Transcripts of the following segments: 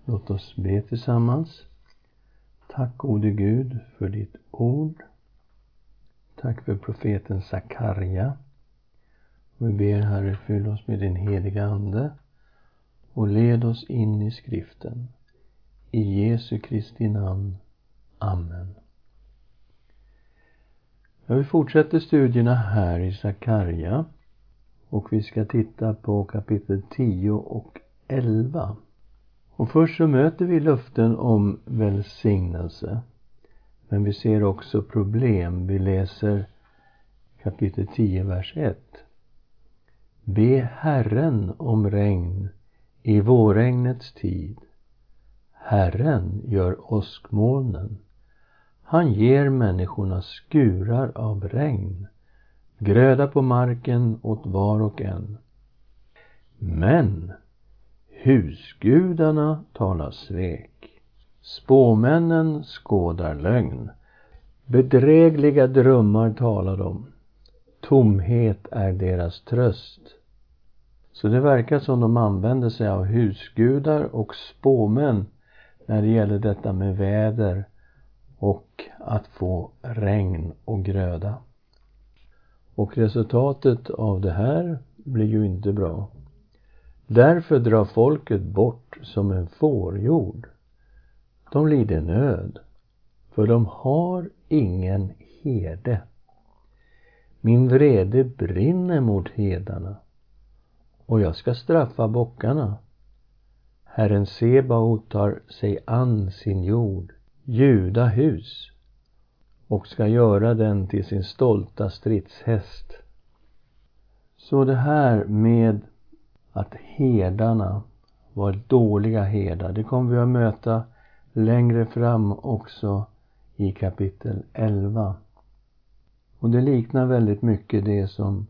Låt oss be tillsammans. Tack gode Gud för ditt ord. Tack för profeten Sakarja. Vi ber Herre, fyll oss med din heliga ande och led oss in i skriften. I Jesu Kristi namn. Amen. Vi fortsätter studierna här i Sakarja och vi ska titta på kapitel 10 och 11. Och först så möter vi löften om välsignelse. Men vi ser också problem. Vi läser kapitel 10, vers 1. Be Herren om regn i vårregnets tid. Herren gör åskmolnen. Han ger människorna skurar av regn. Gröda på marken åt var och en. Men husgudarna talar svek. Spåmännen skådar lögn. Bedrägliga drömmar talar de. Tomhet är deras tröst. Så det verkar som de använder sig av husgudar och spåmän när det gäller detta med väder och att få regn och gröda. Och resultatet av det här blir ju inte bra. Därför drar folket bort som en fårjord. De lider nöd, för de har ingen herde. Min vrede brinner mot hedarna, och jag ska straffa bockarna. Herren Sebaot tar sig an sin jord, Juda hus, och ska göra den till sin stolta stridshäst. Så det här med att herdarna var dåliga herdar, det kommer vi att möta längre fram också i kapitel 11. Och det liknar väldigt mycket det som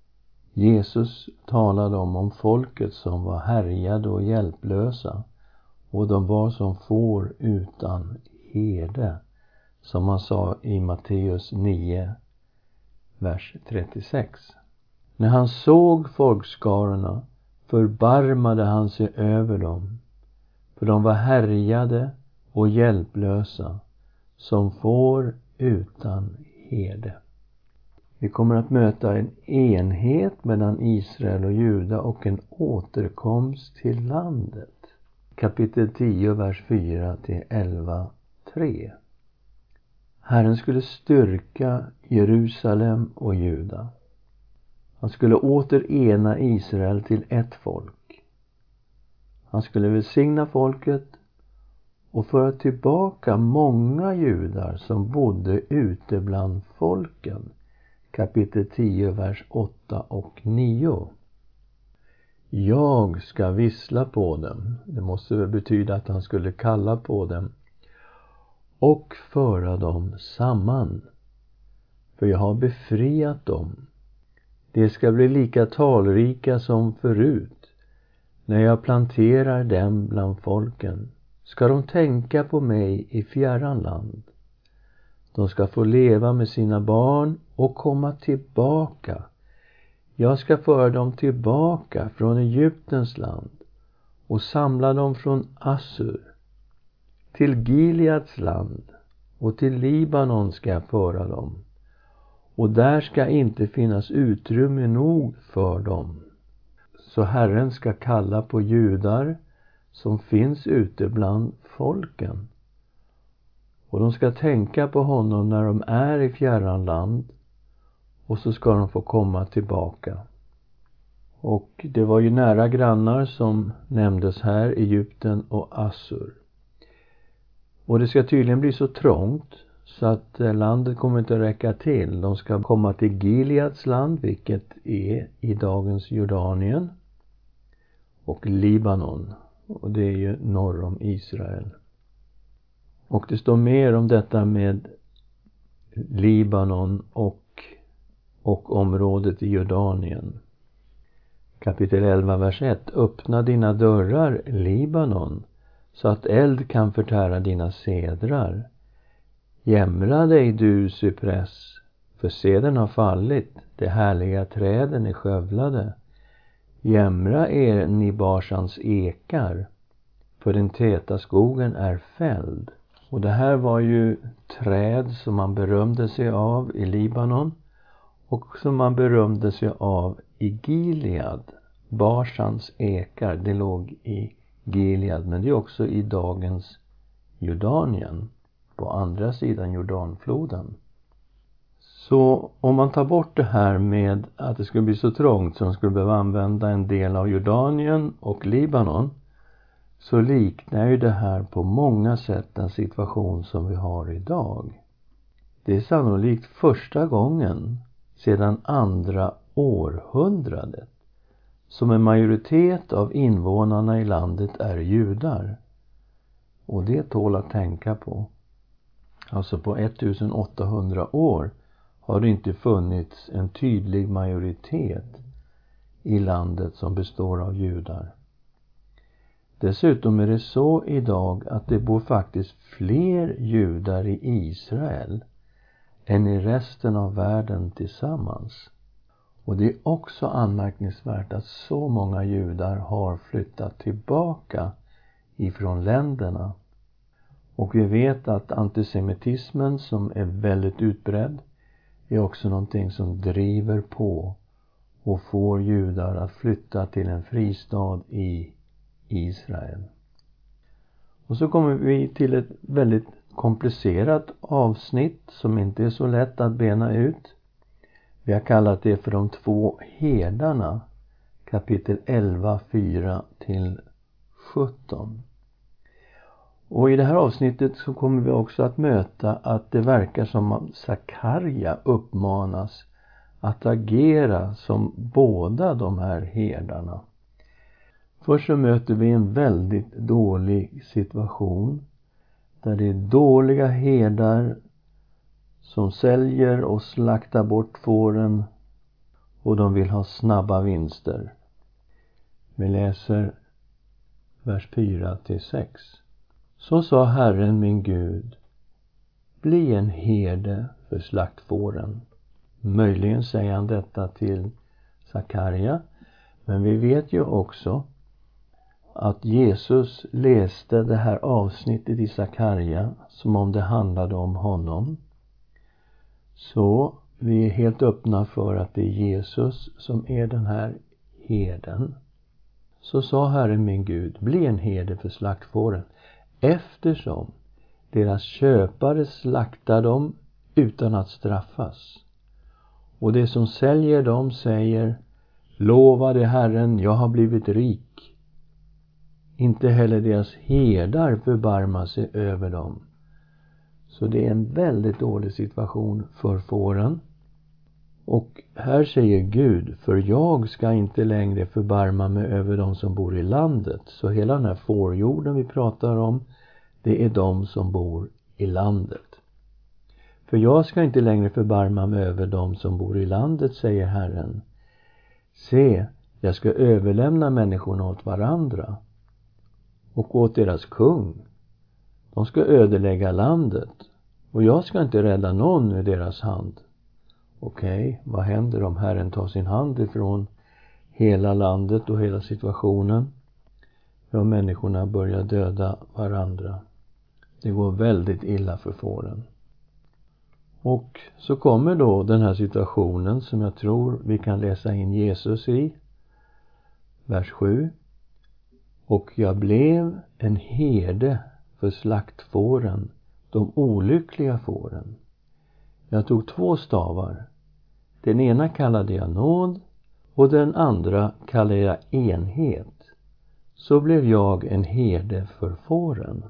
Jesus talade om folket som var härjade och hjälplösa. Och de var som får utan herde, som han sa i Matteus 9, vers 36. När han såg folkskarorna förbarmade han sig över dem, för de var härjade och hjälplösa, som får utan herde. Vi kommer att möta en enhet mellan Israel och Juda och en återkomst till landet. Kapitel 10, vers 4 till 11, 3. Herren skulle styrka Jerusalem och Juda. Han skulle åter ena Israel till ett folk. Han skulle välsigna folket och föra tillbaka många judar som bodde ute bland folken. Kapitel 10, vers 8 och 9. Jag ska vissla på dem. Det måste väl betyda att han skulle kalla på dem. Och föra dem samman. För jag har befriat dem. Det ska bli lika talrika som förut. När jag planterar dem bland folken ska de tänka på mig i fjärran land. De ska få leva med sina barn och komma tillbaka. Jag ska föra dem tillbaka från Egyptens land och samla dem från Assur. Till Gileads land och till Libanon ska jag föra dem. Och där ska inte finnas utrymme nog för dem. Så Herren ska kalla på judar som finns ute bland folken. Och de ska tänka på honom när de är i fjärran land. Och så ska de få komma tillbaka. Och det var ju nära grannar som nämndes här, Egypten och Assur. Och det ska tydligen bli så trångt så att landet kommer inte att räcka till. De ska komma till Gileads land, vilket är i dagens Jordanien. Och Libanon. Och det är ju norr om Israel. Och det står mer om detta med Libanon och området i Jordanien. Kapitel 11, vers 1. Öppna dina dörrar, Libanon, så att eld kan förtära dina cedrar. Jämra dig, du cypress, för cedern har fallit, de härliga träden är skövlade. Jämra er, ni Barsans ekar, för den täta skogen är fälld. Och det här var ju träd som man berömde sig av i Libanon och som man berömde sig av i Gilead. Barsans ekar, det låg i Gilead, men det är också i dagens Jordanien, på andra sidan Jordanfloden. Så om man tar bort det här med att det skulle bli så trångt så de skulle behöva använda en del av Jordanien och Libanon, så liknar ju det här på många sätt den situation som vi har idag. Det är sannolikt första gången sedan andra århundradet som en majoritet av invånarna i landet är judar. Och det tål att tänka på. Alltså på 1800 år har det inte funnits en tydlig majoritet i landet som består av judar. Dessutom är det så idag att det bor faktiskt fler judar i Israel än i resten av världen tillsammans. Och det är också anmärkningsvärt att så många judar har flyttat tillbaka ifrån länderna. Och vi vet att antisemitismen, som är väldigt utbredd, är också någonting som driver på och får judar att flytta till en fristad i Israel. Och så kommer vi till ett väldigt komplicerat avsnitt som inte är så lätt att bena ut. Vi har kallat det för de två herdarna, kapitel 11, 4-17. Och i det här avsnittet så kommer vi också att möta att det verkar som att Sakarja uppmanas att agera som båda de här herdarna. Först så möter vi en väldigt dålig situation där det är dåliga herdar som säljer och slaktar bort fåren och de vill ha snabba vinster. Vi läser vers 4-6. Så sa Herren min Gud, bli en herde för slaktfåren. Möjligen säger han detta till Sakarja, men vi vet ju också att Jesus läste det här avsnittet i Sakarja som om det handlade om honom. Så vi är helt öppna för att det är Jesus som är den här herden. Så sa Herren min Gud, bli en herde för slaktfåren, eftersom deras köpare slaktar dem utan att straffas. Och det som säljer dem säger, lovade Herren, jag har blivit rik. Inte heller deras herdar förbarmar sig över dem. Så det är en väldigt dålig situation för fåren. Och här säger Gud, för jag ska inte längre förbarma mig över de som bor i landet. Så hela den här fårjorden vi pratar om, det är de som bor i landet. För jag ska inte längre förbarma mig över de som bor i landet, säger Herren. Se, jag ska överlämna människorna åt varandra och åt deras kung. De ska ödelägga landet och jag ska inte rädda någon ur deras hand. Okej, vad händer om Herren tar sin hand ifrån hela landet och hela situationen? Ja, människorna börjar döda varandra. Det går väldigt illa för fåren. Och så kommer då den här situationen som jag tror vi kan läsa in Jesus i. Vers 7. Och jag blev en herde för slaktfåren, de olyckliga fåren. Jag tog 2 stavar. Den ena kallade jag nåd och den andra kallade jag enhet. Så blev jag en herde för fåren.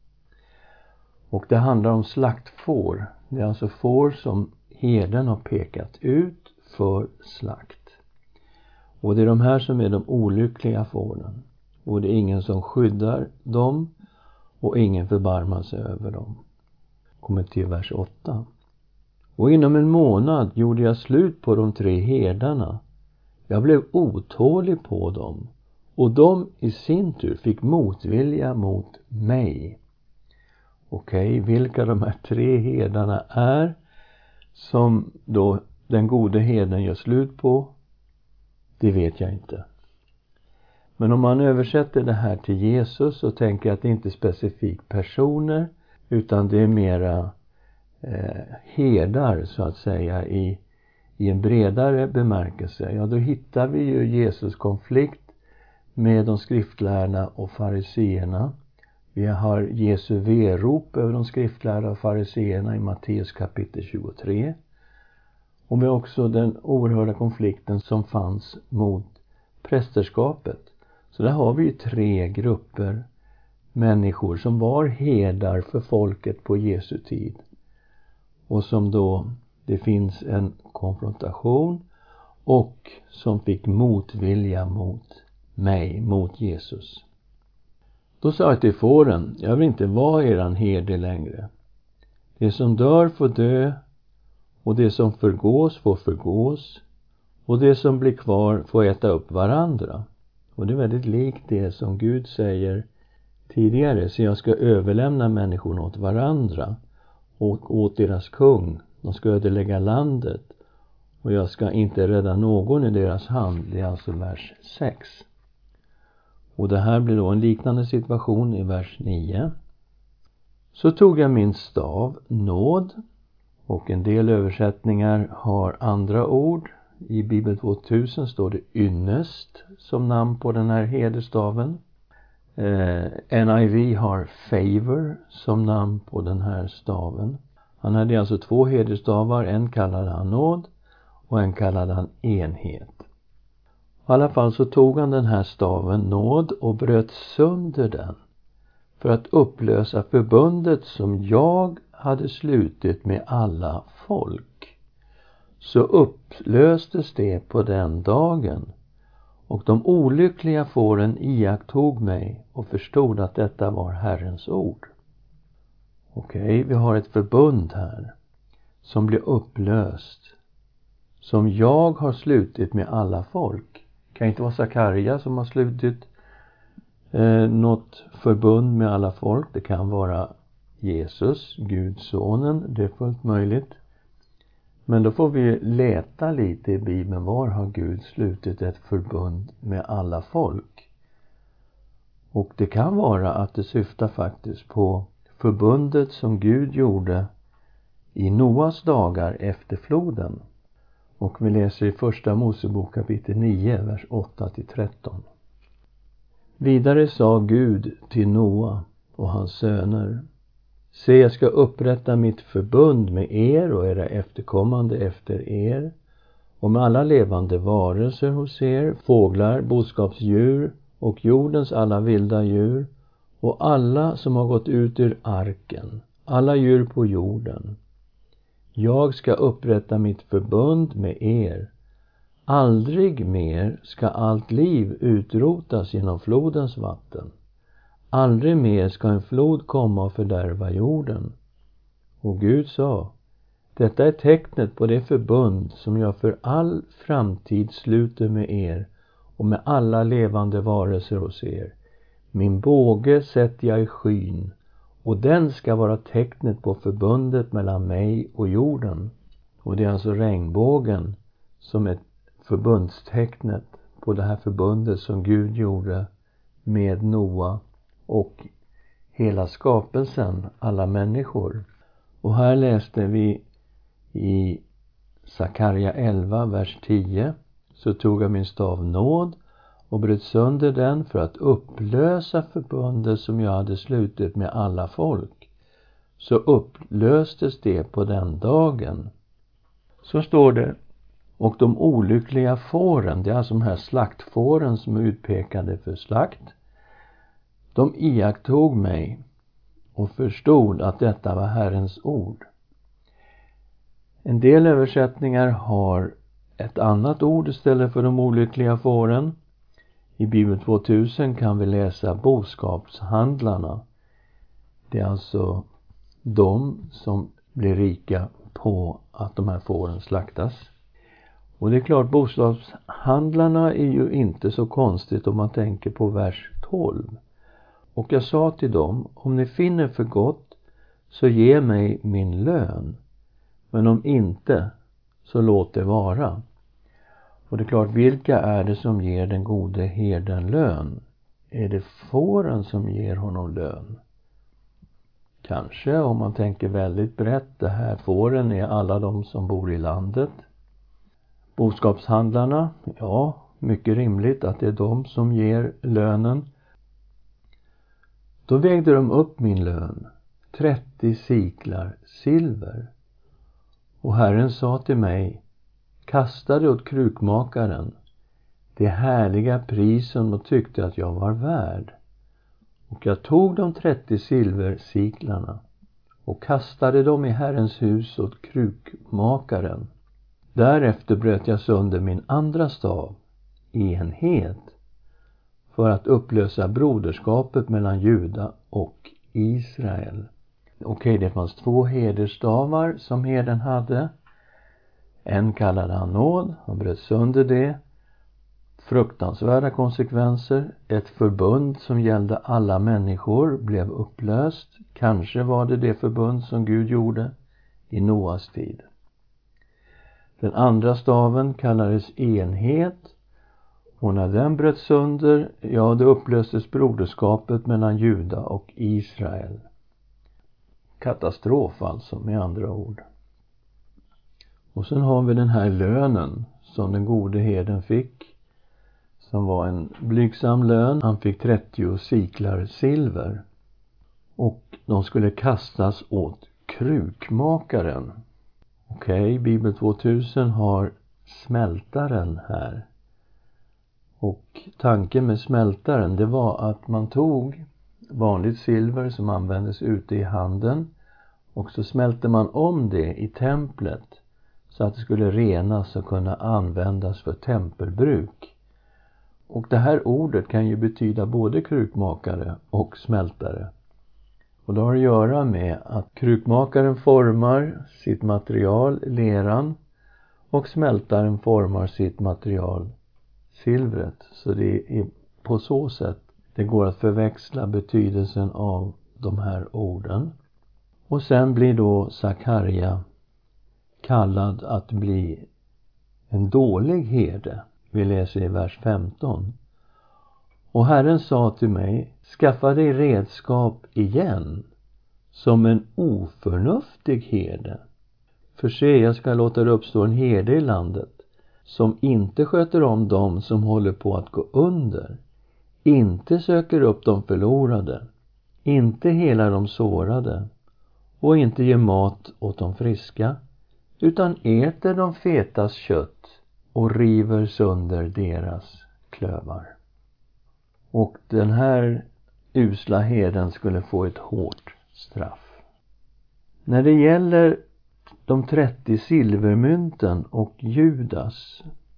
Och det handlar om slaktfår. Det är alltså får som herden har pekat ut för slakt. Och det är de här som är de olyckliga fåren. Och det är ingen som skyddar dem och ingen förbarmar sig över dem. Kommer till vers 8. Och inom en månad gjorde jag slut på de 3 herdarna. Jag blev otålig på dem och de i sin tur fick motvilja mot mig. Okej, vilka de här 3 herdarna är som då den gode herden gör slut på, det vet jag inte. Men om man översätter det här till Jesus så tänker jag att det inte är specifikt personer, utan det är mera herdar så att säga i en bredare bemärkelse. Ja, då hittar vi ju Jesus konflikt med de skriftlärda och fariseerna. Vi har Jesu verop över de skriftlärda och fariseerna i Matteus kapitel 23. Och vi har också den oerhörda konflikten som fanns mot prästerskapet. Så där har vi ju 3 grupper människor som var herdar för folket på Jesu tid. Och som då det finns en konfrontation och som fick motvilja mot mig, mot Jesus. Då sa jag till fåren, jag vill inte vara eran herde längre. Det som dör får dö, och det som förgås får förgås, och det som blir kvar får äta upp varandra. Och det är väldigt likt det som Gud säger tidigare, så jag ska överlämna människorna åt varandra och åt deras kung. De ska ödelägga landet, och jag ska inte rädda någon i deras hand. Det är alltså vers 6. Och det här blir då en liknande situation i vers 9. Så tog jag min stav, nåd, och en del översättningar har andra ord. I Bibel 2000 står det ynnest som namn på den här hederstaven. NIV har favor som namn på den här staven. Han hade alltså 2 hederstavar, en kallade han nåd och en kallade han enhet. I alla fall så tog han den här staven nåd och bröt sönder den för att upplösa förbundet som jag hade slutit med alla folk. Så upplöstes det på den dagen, och de olyckliga fåren iakttog mig och förstod att detta var Herrens ord. Okej, vi har ett förbund här som blir upplöst, som jag har slutit med alla folk. Det kan inte vara Sakaria som har slutit något förbund med alla folk. Det kan vara Jesus, Guds sonen, det är fullt möjligt. Men då får vi leta lite i Bibeln. Var har Gud slutit ett förbund med alla folk? Och det kan vara att det syftar faktiskt på förbundet som Gud gjorde i Noas dagar efter floden. Och vi läser i första Mosebok kapitel 9, vers 8-13. Vidare sa Gud till Noa och hans söner: Se, jag ska upprätta mitt förbund med er och era efterkommande efter er, och med alla levande varelser hos er, fåglar, boskapsdjur och jordens alla vilda djur, och alla som har gått ut ur arken, alla djur på jorden. Jag ska upprätta mitt förbund med er. Aldrig mer ska allt liv utrotas genom flodens vatten. Aldrig mer ska en flod komma och fördärva jorden. Och Gud sa: Detta är tecknet på det förbund som jag för all framtid sluter med er och med alla levande varelser hos er. Min båge sätter jag i skyn, och den ska vara tecknet på förbundet mellan mig och jorden. Och det är alltså regnbågen som är förbundstecknet på det här förbundet som Gud gjorde med Noa och hela skapelsen, alla människor. Och här läste vi i Sakaria 11, vers 10. Så tog jag min stav nåd och bröt sönder den för att upplösa förbundet som jag hade slutit med alla folk. Så upplöstes det på den dagen. Så står det: och de olyckliga fåren, det är alltså de här slaktfåren som är utpekade för slakt, de iakttog mig och förstod att detta var Herrens ord. En del översättningar har ett annat ord istället för de olyckliga fåren. I Bibel 2000 kan vi läsa boskapshandlarna. Det är alltså de som blir rika på att de här fåren slaktas. Och det är klart, boskapshandlarna är ju inte så konstigt om man tänker på vers 12. Och jag sa till dem: om ni finner för gott, så ge mig min lön. Men om inte, så låt det vara. Och det är klart, vilka är det som ger den gode herden lön? Är det fåren som ger honom lön? Kanske, om man tänker väldigt brett, det här fåren är alla de som bor i landet. Boskapshandlarna, ja, mycket rimligt att det är de som ger lönen. Då vägde de upp min lön, 30 siklar silver. Och Herren sa till mig, kasta det åt krukmakaren, det härliga pris som de tyckte att jag var värd. Och jag tog de 30 silversiklarna och kastade dem i Herrens hus åt krukmakaren. Därefter bröt jag sönder min andra stav, enhet, för att upplösa broderskapet mellan Juda och Israel. Okej, det fanns 2 hedersstavar som herden hade. En kallade han nåd, han bröt sönder det. Fruktansvärda konsekvenser. Ett förbund som gällde alla människor blev upplöst. Kanske var det förbund som Gud gjorde i Noas tid. Den andra staven kallades enhet. Och när den bröt sönder, ja, det upplöstes broderskapet mellan Juda och Israel. Katastrof alltså, med andra ord. Och sen har vi den här lönen som den gode herden fick. Som var en blygsam lön. Han fick 30 siklar silver. Och de skulle kastas åt krukmakaren. Okej, Bibel 2000 har smältaren här. Och tanken med smältaren, det var att man tog vanligt silver som användes ute i handeln. Och så smälte man om det i templet så att det skulle renas och kunna användas för tempelbruk. Och det här ordet kan ju betyda både krukmakare och smältare. Och det har att göra med att krukmakaren formar sitt material, leran, och smältaren formar sitt material, silvret. Så det är på så sätt det går att förväxla betydelsen av de här orden. Och sen blir då Sakarja kallad att bli en dålig herde. Vi läser i vers 15. Och Herren sa till mig, skaffa dig redskap igen, som en oförnuftig herde. För se, jag ska låta det uppstå en herde i landet, som inte sköter om dem som håller på att gå under, inte söker upp de förlorade, inte helar de sårade, och inte ger mat åt de friska, utan äter de fetas kött och river sönder deras klövar. Och den här usla herden skulle få ett hårt straff. När det gäller de 30 silvermynten och Judas,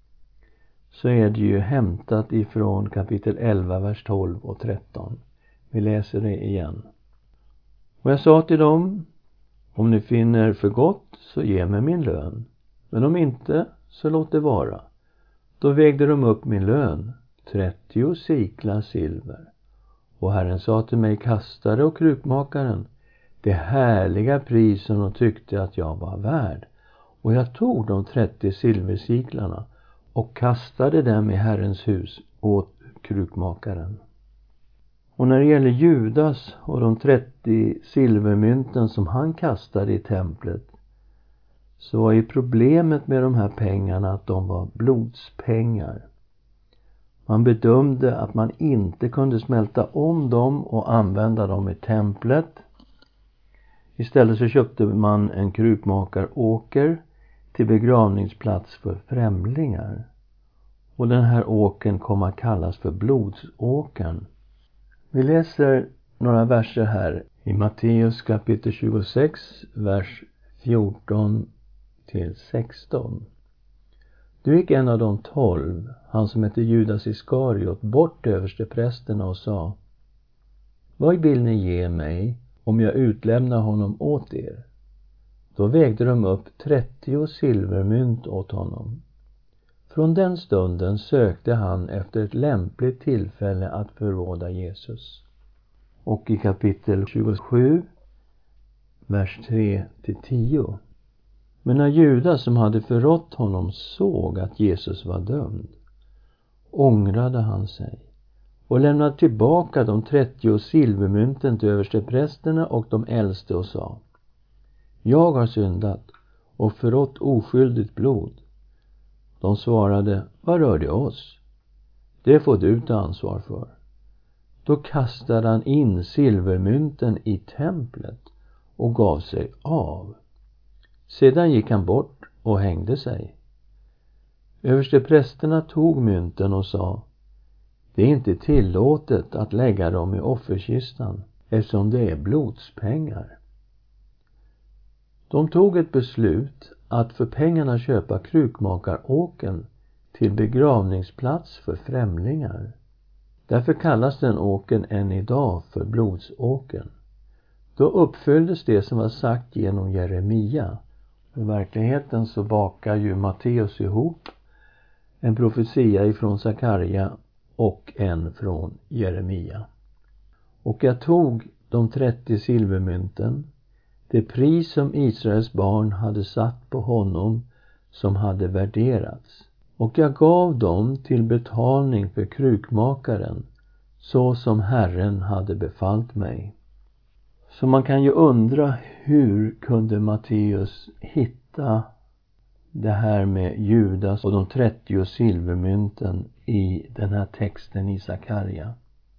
så är det ju hämtat ifrån kapitel 11, vers 12 och 13. Vi läser det igen. Och jag sa till dem, om ni finner för gott så ge mig min lön, men om inte så låt det vara. Då vägde de upp min lön, 30 siklar silver. Och Herren sa till mig, kastare och krukmakaren, det härliga pris som de tyckte att jag var värd. Och jag tog de 30 silversiklarna och kastade dem i Herrens hus åt krukmakaren. Och när det gäller Judas och de 30 silvermynten som han kastade i templet, så var ju problemet med de här pengarna att de var blodspengar. Man bedömde att man inte kunde smälta om dem och använda dem i templet. Istället så köpte man en krukmakaråker till begravningsplats för främlingar. Och den här åkern kom att kallas för blodsåkern. Vi läser några verser här i Matteus kapitel 26, vers 14 till 16. Du gick en av de 12, han som hette Judas Iskariot, bort översteprästerna och sa, vad vill ni ge mig om jag utlämnar honom åt er? Då vägde de upp 30 silvermynt åt honom. Från den stunden sökte han efter ett lämpligt tillfälle att förråda Jesus. Och i kapitel 27, vers 3 till 10. Men när Judas som hade förrått honom såg att Jesus var dömd, ångrade han sig och lämnade tillbaka de 30 silvermynten till översteprästerna och de äldste och sa: jag har syndat och förrått oskyldigt blod. De svarade: vad rör det oss? Det får du ta ansvar för. Då kastade han in silvermynten i templet och gav sig av. Sedan gick han bort och hängde sig. Översteprästerna tog mynten och sa: det är inte tillåtet att lägga dem i offerkistan, eftersom det är blodspengar. De tog ett beslut att för pengarna köpa krukmakaråkern till begravningsplats för främlingar. Därför kallas den åkern än idag för blodsåkern. Då uppfylldes det som var sagt genom Jeremia. I verkligheten så bakar ju Matteus ihop en profetia ifrån Sakarja och en från Jeremia. Och jag tog de 30 silvermynten, det pris som Israels barn hade satt på honom som hade värderats, och jag gav dem till betalning för krukmakaren, så som Herren hade befallt mig. Så man kan ju undra, hur kunde Matteus hitta det här med Judas och de 30 silvermynten i den här texten i Sakarja?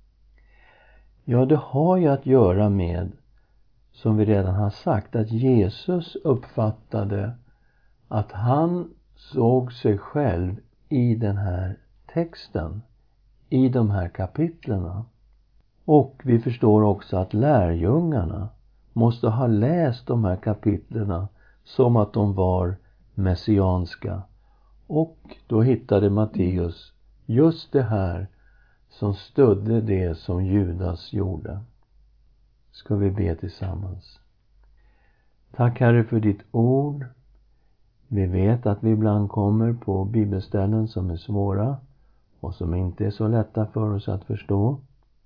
Ja, det har ju att göra med, som vi redan har sagt, att Jesus uppfattade att han såg sig själv i den här texten, i de här kapitlerna. Och vi förstår också att lärjungarna måste ha läst de här kapitlerna som att de var messianska. Och då hittade Matteus just det här som stödde det som Judas gjorde. Ska vi be tillsammans. Tack Herre för ditt ord. Vi vet att vi ibland kommer på bibelställen som är svåra och som inte är så lätta för oss att förstå.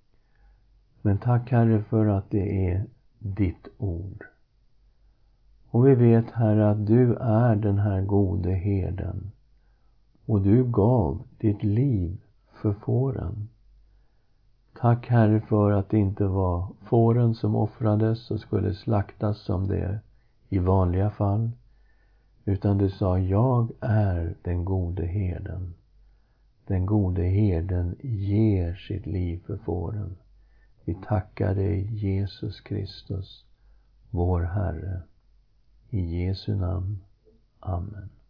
Men tack Herre för att det är ditt ord. Och vi vet Herre att du är den här gode herden. Och du gav ditt liv för fåren. Tack Herre för att det inte var fåren som offrades och skulle slaktas som det är i vanliga fall. Utan du sa: jag är den gode herden. Den gode herden ger sitt liv för fåren. Vi tackar dig Jesus Kristus, vår Herre. I Jesu namn. Amen.